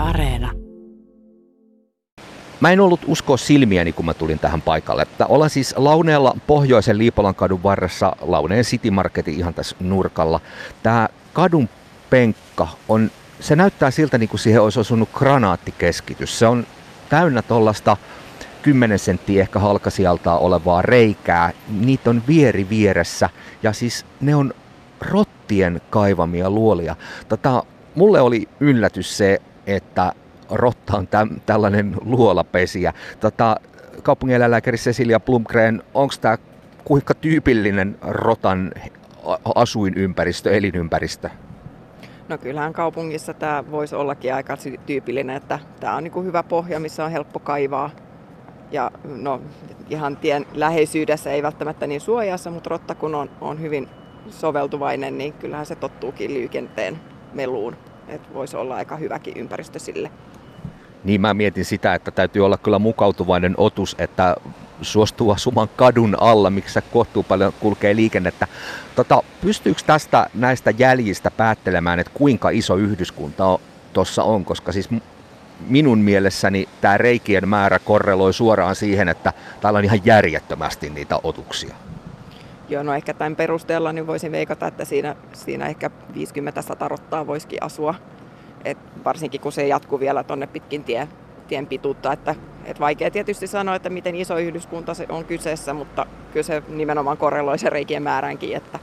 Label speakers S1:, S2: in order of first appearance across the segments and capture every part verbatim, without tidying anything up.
S1: Areena.
S2: Mä en ollut uskoa silmiäni, kun mä tulin tähän paikalle. Olen siis Launeella Pohjoisen Liipolan kadun varressa Launeen City Marketin ihan tässä nurkalla. Tää kadun penkka on, se näyttää siltä niin kuin siihen olisi osunut granaattikeskitys. Se on täynnä tollasta kymmenen senttiä ehkä halkasijaltaan olevaa reikää. Niitä on vieri vieressä ja siis ne on rottien kaivamia luolia. Tota, mulle oli yllätys se, että rotta on täm, tällainen luolapesiä. Tota, kaupungineläinlääkäri Cecilia Blomgren, onko tämä kuinka tyypillinen rotan asuinympäristö, elinympäristö?
S3: No kyllähän kaupungissa tämä voisi ollakin aika tyypillinen, että tämä on niin kuin hyvä pohja, missä on helppo kaivaa. Ja no, ihan tien läheisyydessä ei välttämättä niin suojassa, mutta rotta kun on, on hyvin soveltuvainen, niin kyllähän se tottuukin liikenteen meluun. Että voisi olla aika hyväkin ympäristö sille.
S2: Niin mä mietin sitä, että täytyy olla kyllä mukautuvainen otus, että suostuu asumaan kadun alla, missä kohtuu paljon kulkee liikennettä. Tota, pystyykö tästä näistä jäljistä päättelemään, että kuinka iso yhdyskunta tuossa on? Koska siis minun mielessäni tämä reikien määrä korreloi suoraan siihen, että täällä on ihan järjettömästi niitä otuksia.
S3: Joo, no ehkä tämän perusteella niin voisin veikata, että siinä, siinä ehkä viisikymmentä sata rottaa voisikin asua. Et varsinkin kun se jatkuu vielä tuonne pitkin tie, tien pituutta. Että, et vaikea tietysti sanoa, että miten iso yhdyskunta se on kyseessä, mutta kyllä se nimenomaan korreloi sen reikien määränkin, että,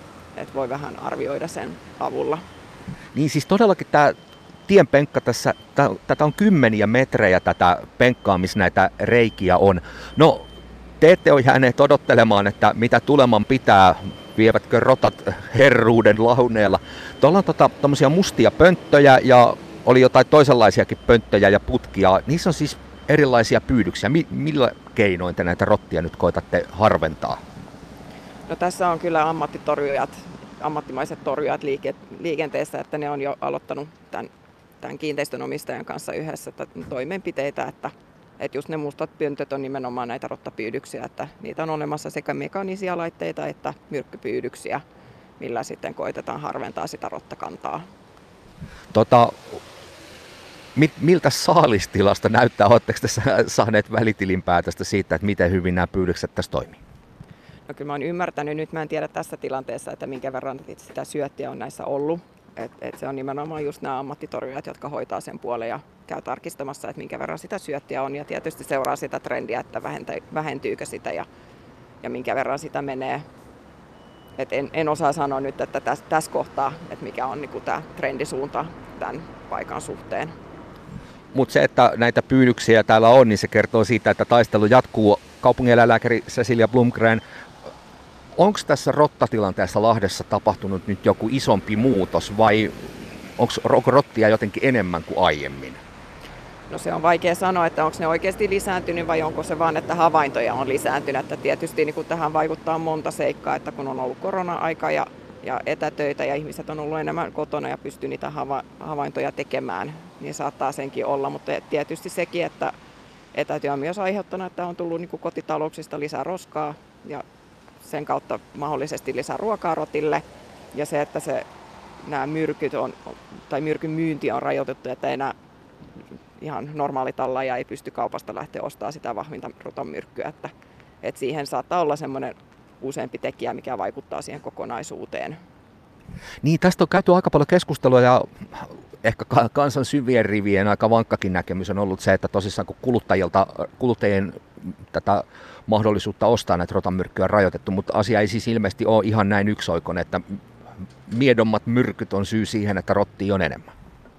S3: et voi vähän arvioida sen avulla.
S2: Niin siis todellakin tämä tienpenkka tässä, tää, tätä on kymmeniä metrejä tätä penkkaa, missä näitä reikiä on. No, te ette ole jääneet odottelemaan, että mitä tuleman pitää, vievätkö rotat herruuden Launeella. Tuolla on tota, tommosia mustia pönttöjä ja oli jotain toisenlaisiakin pönttöjä ja putkia. Niissä on siis erilaisia pyydyksiä. Mi- millä keinoin te näitä rottia nyt koetatte harventaa?
S3: No tässä on kyllä ammattitorjujat, ammattimaiset torjujat liike- liikenteessä, että ne on jo aloittanut tämän, tämän kiinteistönomistajan kanssa yhdessä toimenpiteitä, että Että just ne mustat pöntöt on nimenomaan näitä rottapyydyksiä, että niitä on olemassa sekä mekaanisia laitteita että myrkkypyydyksiä, millä sitten koitetaan harventaa sitä rottakantaa.
S2: Tota, mit, miltä saalistilasta näyttää? Oletteko tässä saaneet välitilinpäätöstä siitä, että miten hyvin nämä pyydykset tässä toimii?
S3: No kyllä mä oon ymmärtänyt, nyt mä en tiedä tässä tilanteessa, että minkä verran sitä syöttiä on näissä ollut. Et, et se on nimenomaan just nämä ammattitorjujat, jotka hoitaa sen puolen ja käy tarkistamassa, että minkä verran sitä syöttiä on. Ja tietysti seuraa sitä trendiä, että vähentyykö sitä ja, ja minkä verran sitä menee. Et en, en osaa sanoa nyt, että tässä täs kohtaa, että mikä on niinku tämä trendisuunta tämän paikan suhteen.
S2: Mutta se, että näitä pyydyksiä täällä on, niin se kertoo siitä, että taistelu jatkuu. Kaupungineläinlääkäri Cecilia Blomgren, onko tässä rottatilanteessa Lahdessa tapahtunut nyt joku isompi muutos vai onko rottia jotenkin enemmän kuin aiemmin?
S3: No se on vaikea sanoa, että onko ne oikeasti lisääntynyt vai onko se vaan, että havaintoja on lisääntynyt. Että tietysti niin kun tähän vaikuttaa monta seikkaa, että kun on ollut korona-aika ja, ja etätöitä ja ihmiset on ollut enemmän kotona ja pystyy niitä hava, havaintoja tekemään, niin saattaa senkin olla. Mutta tietysti sekin, että etätyö on myös aiheuttanut, että on tullut niin kun kotitalouksista lisää roskaa ja sen kautta mahdollisesti lisää ruokaa rotille. Ja se, että se, nämä myrkyt on, tai myrkyn myynti on rajoitettu, että enää ihan normaali tallaaja ei pysty kaupasta lähteä ostamaan sitä vahvinta rotan myrkkyä. Että, että siihen saattaa olla semmoinen useampi tekijä, mikä vaikuttaa siihen kokonaisuuteen.
S2: Niin, tästä on käyty aika paljon keskustelua ja ehkä kansan syvien rivien aika vankkakin näkemys on ollut se, että tosissaan kun kuluttajilta, kuluttajien tätä mahdollisuutta ostaa näitä rotanmyrkkyjä on rajoitettu, mutta asia ei siis ilmeisesti ole ihan näin yksioikoinen, että miedommat myrkyt on syy siihen, että rottia on enemmän.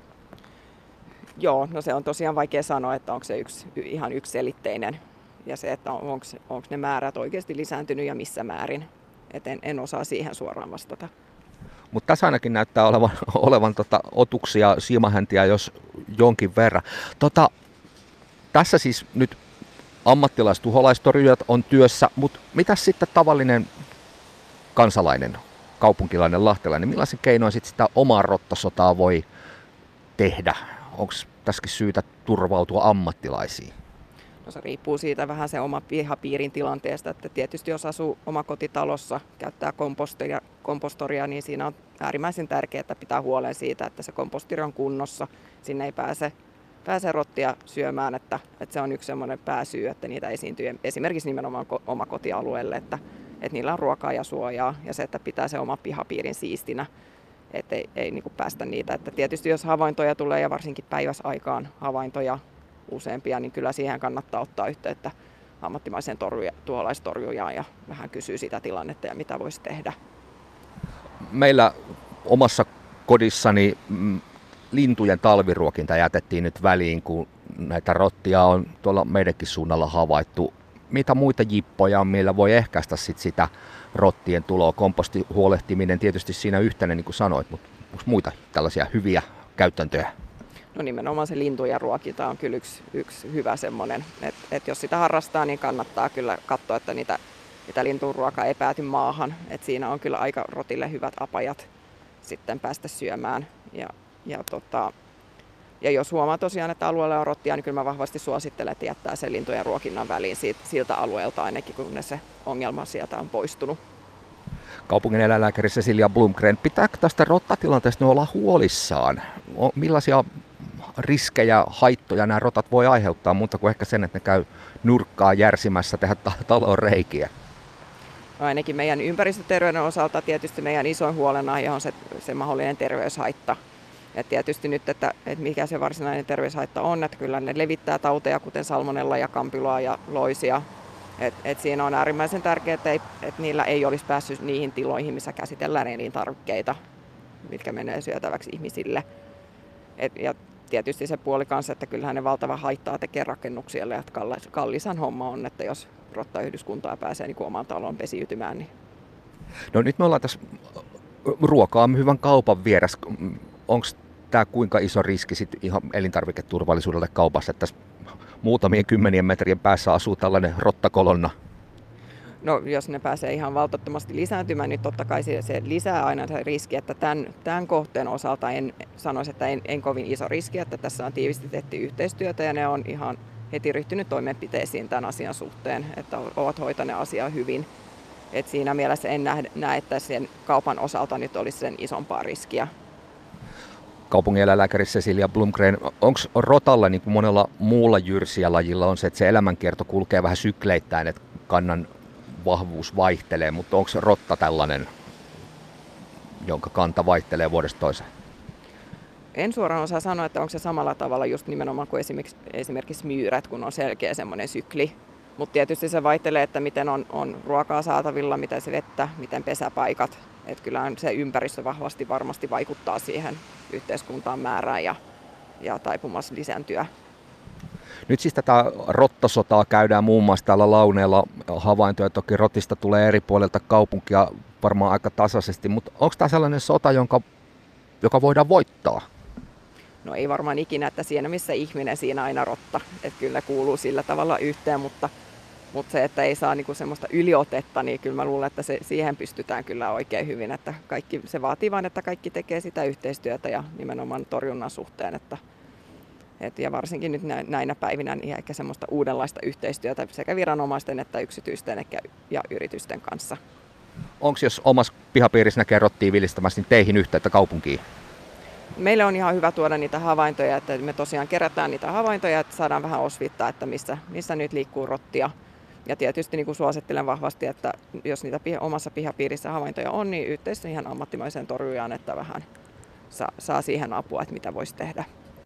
S3: Joo, no se on tosiaan vaikea sanoa, että onko se yksi, ihan yksiselitteinen ja se, että onko, onko ne määrät oikeasti lisääntynyt ja missä määrin. Et en, en osaa siihen suoraan vastata.
S2: Mutta tässä ainakin näyttää olevan, olevan tota, otuksia, siimahäntiä jos jonkin verran. Tota, tässä siis nyt ammattilaistuholaistorjujat on työssä, mutta mitäs sitten tavallinen kansalainen, kaupunkilainen, lahtelainen, millaisen keinoin sit sitä omaa rottasotaa voi tehdä? Onko tässäkin syytä turvautua ammattilaisiin?
S3: No se riippuu siitä vähän se oma pihapiirin tilanteesta, että tietysti jos asuu omakotitalossa, käyttää kompostoria, kompostoria, niin siinä on äärimmäisen tärkeää pitää huolen siitä, että se komposteri on kunnossa. Sinne ei pääse pääsee rottia syömään, että, että se on yksi semmoinen pääsyy, että niitä esiintyy esimerkiksi nimenomaan omakotialueelle, että, että niillä on ruokaa ja suojaa ja se, että pitää se oma pihapiirin siistinä, että ei, ei niin kuin päästä niitä. Että tietysti jos havaintoja tulee ja varsinkin päiväsaikaan havaintoja useampia, niin kyllä siihen kannattaa ottaa yhteyttä ammattimaiseen torjuja, tuholaistorjujaan ja vähän kysyä sitä tilannetta ja mitä voisi tehdä.
S2: Meillä omassa kodissani mm, lintujen talviruokinta jätettiin nyt väliin, kun näitä rottia on tuolla meidänkin suunnalla havaittu. Mitä muita jippoja on, millä voi ehkäistä sit sitä rottien tuloa? Kompostihuolehtiminen tietysti siinä yhtenä, niin kuin sanoit, mutta onko muita tällaisia hyviä käytäntöjä?
S3: No nimenomaan se lintujen ruokinta on kyllä yksi, yksi hyvä semmoinen, että et jos sitä harrastaa, niin kannattaa kyllä katsoa, että niitä, niitä lintun ruokaa ei pääty maahan. Et siinä on kyllä aika rotille hyvät apajat sitten päästä syömään. Ja, ja, tota, ja jos huomaa tosiaan, että alueella on rottia, niin kyllä mä vahvasti suosittelen, että jättää sen lintujen ruokinnan väliin siitä, siltä alueelta ainakin, kun se ongelma sieltä on poistunut.
S2: Kaupungin eläinlääkäri Cecilia Blomgren, pitääkö tästä rottatilanteesta olla huolissaan? Millaisia riskejä, haittoja nämä rotat voi aiheuttaa, mutta kuin ehkä sen, että ne käy nurkkaa järsimässä, tehdä talon reikiä?
S3: No ainakin meidän ympäristöterveyden osalta tietysti meidän isoin huolenaihe on se, se mahdollinen terveyshaitta. Ja tietysti nyt, että, että mikä se varsinainen terveyshaitta on, että kyllä ne levittää tauteja, kuten salmonella ja kampylaa ja loisia. Et, et siinä on äärimmäisen tärkeää, että, ei, että niillä ei olisi päässyt niihin tiloihin, missä käsitellään elintarvikkeita, mitkä menee syötäväksi ihmisille. Et, ja tietysti se puoli kanssa, että kyllähän ne valtava haittaa tekee rakennuksille, että kallis, kallisan homma on, että jos rottayhdyskuntaa pääsee niin kuin oman talon pesiytymään. Niin.
S2: No nyt me ollaan tässä ruokaa hyvän kaupan vieressä. Onko tämä kuinka iso riski sit ihan elintarviketurvallisuudelle kaupassa, että tässä muutamien kymmenien metrien päässä asuu tällainen rottakolonna?
S3: No jos ne pääsee ihan valtattomasti lisääntymään, niin totta kai se, se lisää aina se riski, että tämän, tämän kohteen osalta en sanoisi, että en, en kovin iso riski, että tässä on tiivisti tehty yhteistyötä ja ne on ihan heti ryhtynyt toimenpiteisiin tämän asian suhteen, että ovat hoitaneet asiaa hyvin. Et siinä mielessä en näe, näe, että sen kaupan osalta nyt olisi sen isompaa riskiä.
S2: Kaupungin eläinlääkäri Cecilia Blomgren, onko rotalla niin kuin monella muulla jyrsijälajilla on se, että se elämänkierto kulkee vähän sykleittäin, että kannan vahvuus vaihtelee, mutta onko rotta tällainen, jonka kanta vaihtelee vuodesta toiseen?
S3: En suoraan osaa sanoa, että onko se samalla tavalla just nimenomaan kuin esimerkiksi, esimerkiksi myyrät, kun on selkeä semmoinen sykli. Mutta tietysti se vaihtelee, että miten on, on ruokaa saatavilla, miten se vettä, miten pesäpaikat. Että kyllähän se ympäristö vahvasti varmasti vaikuttaa siihen yhteiskuntaan määrään ja, ja taipumassa lisääntyä.
S2: Nyt siis tätä rottasotaa käydään muun muassa täällä Launeella. Havaintoja toki rotista tulee eri puolilta kaupunkia varmaan aika tasaisesti, mutta onko tämä sellainen sota, jonka, joka voidaan voittaa?
S3: No ei varmaan ikinä, että siinä missä ihminen, siinä aina rotta. Että kyllä kuuluu sillä tavalla yhteen, mutta, mutta se, että ei saa niinku semmoista yliotetta, niin kyllä mä luulen, että se, siihen pystytään kyllä oikein hyvin. Että kaikki, se vaatii vain, että kaikki tekee sitä yhteistyötä ja nimenomaan torjunnan suhteen. Että, et, ja varsinkin nyt näinä päivinä niin ehkä semmoista uudenlaista yhteistyötä sekä viranomaisten että yksityisten ja yritysten kanssa.
S2: Onko jos omassa pihapiirissä näkee rottia vilistämässä, niin teihin yhteyttä kaupunkiin?
S3: Meille on ihan hyvä tuoda niitä havaintoja, että me tosiaan kerätään niitä havaintoja, että saadaan vähän osviittaa, että missä, missä nyt liikkuu rottia. Ja tietysti niin kuin suosittelen vahvasti, että jos niitä piha, omassa pihapiirissä havaintoja on, niin yhteydessä ihan ammattimaiseen torjujaan, että vähän saa, saa siihen apua, että mitä voisi tehdä.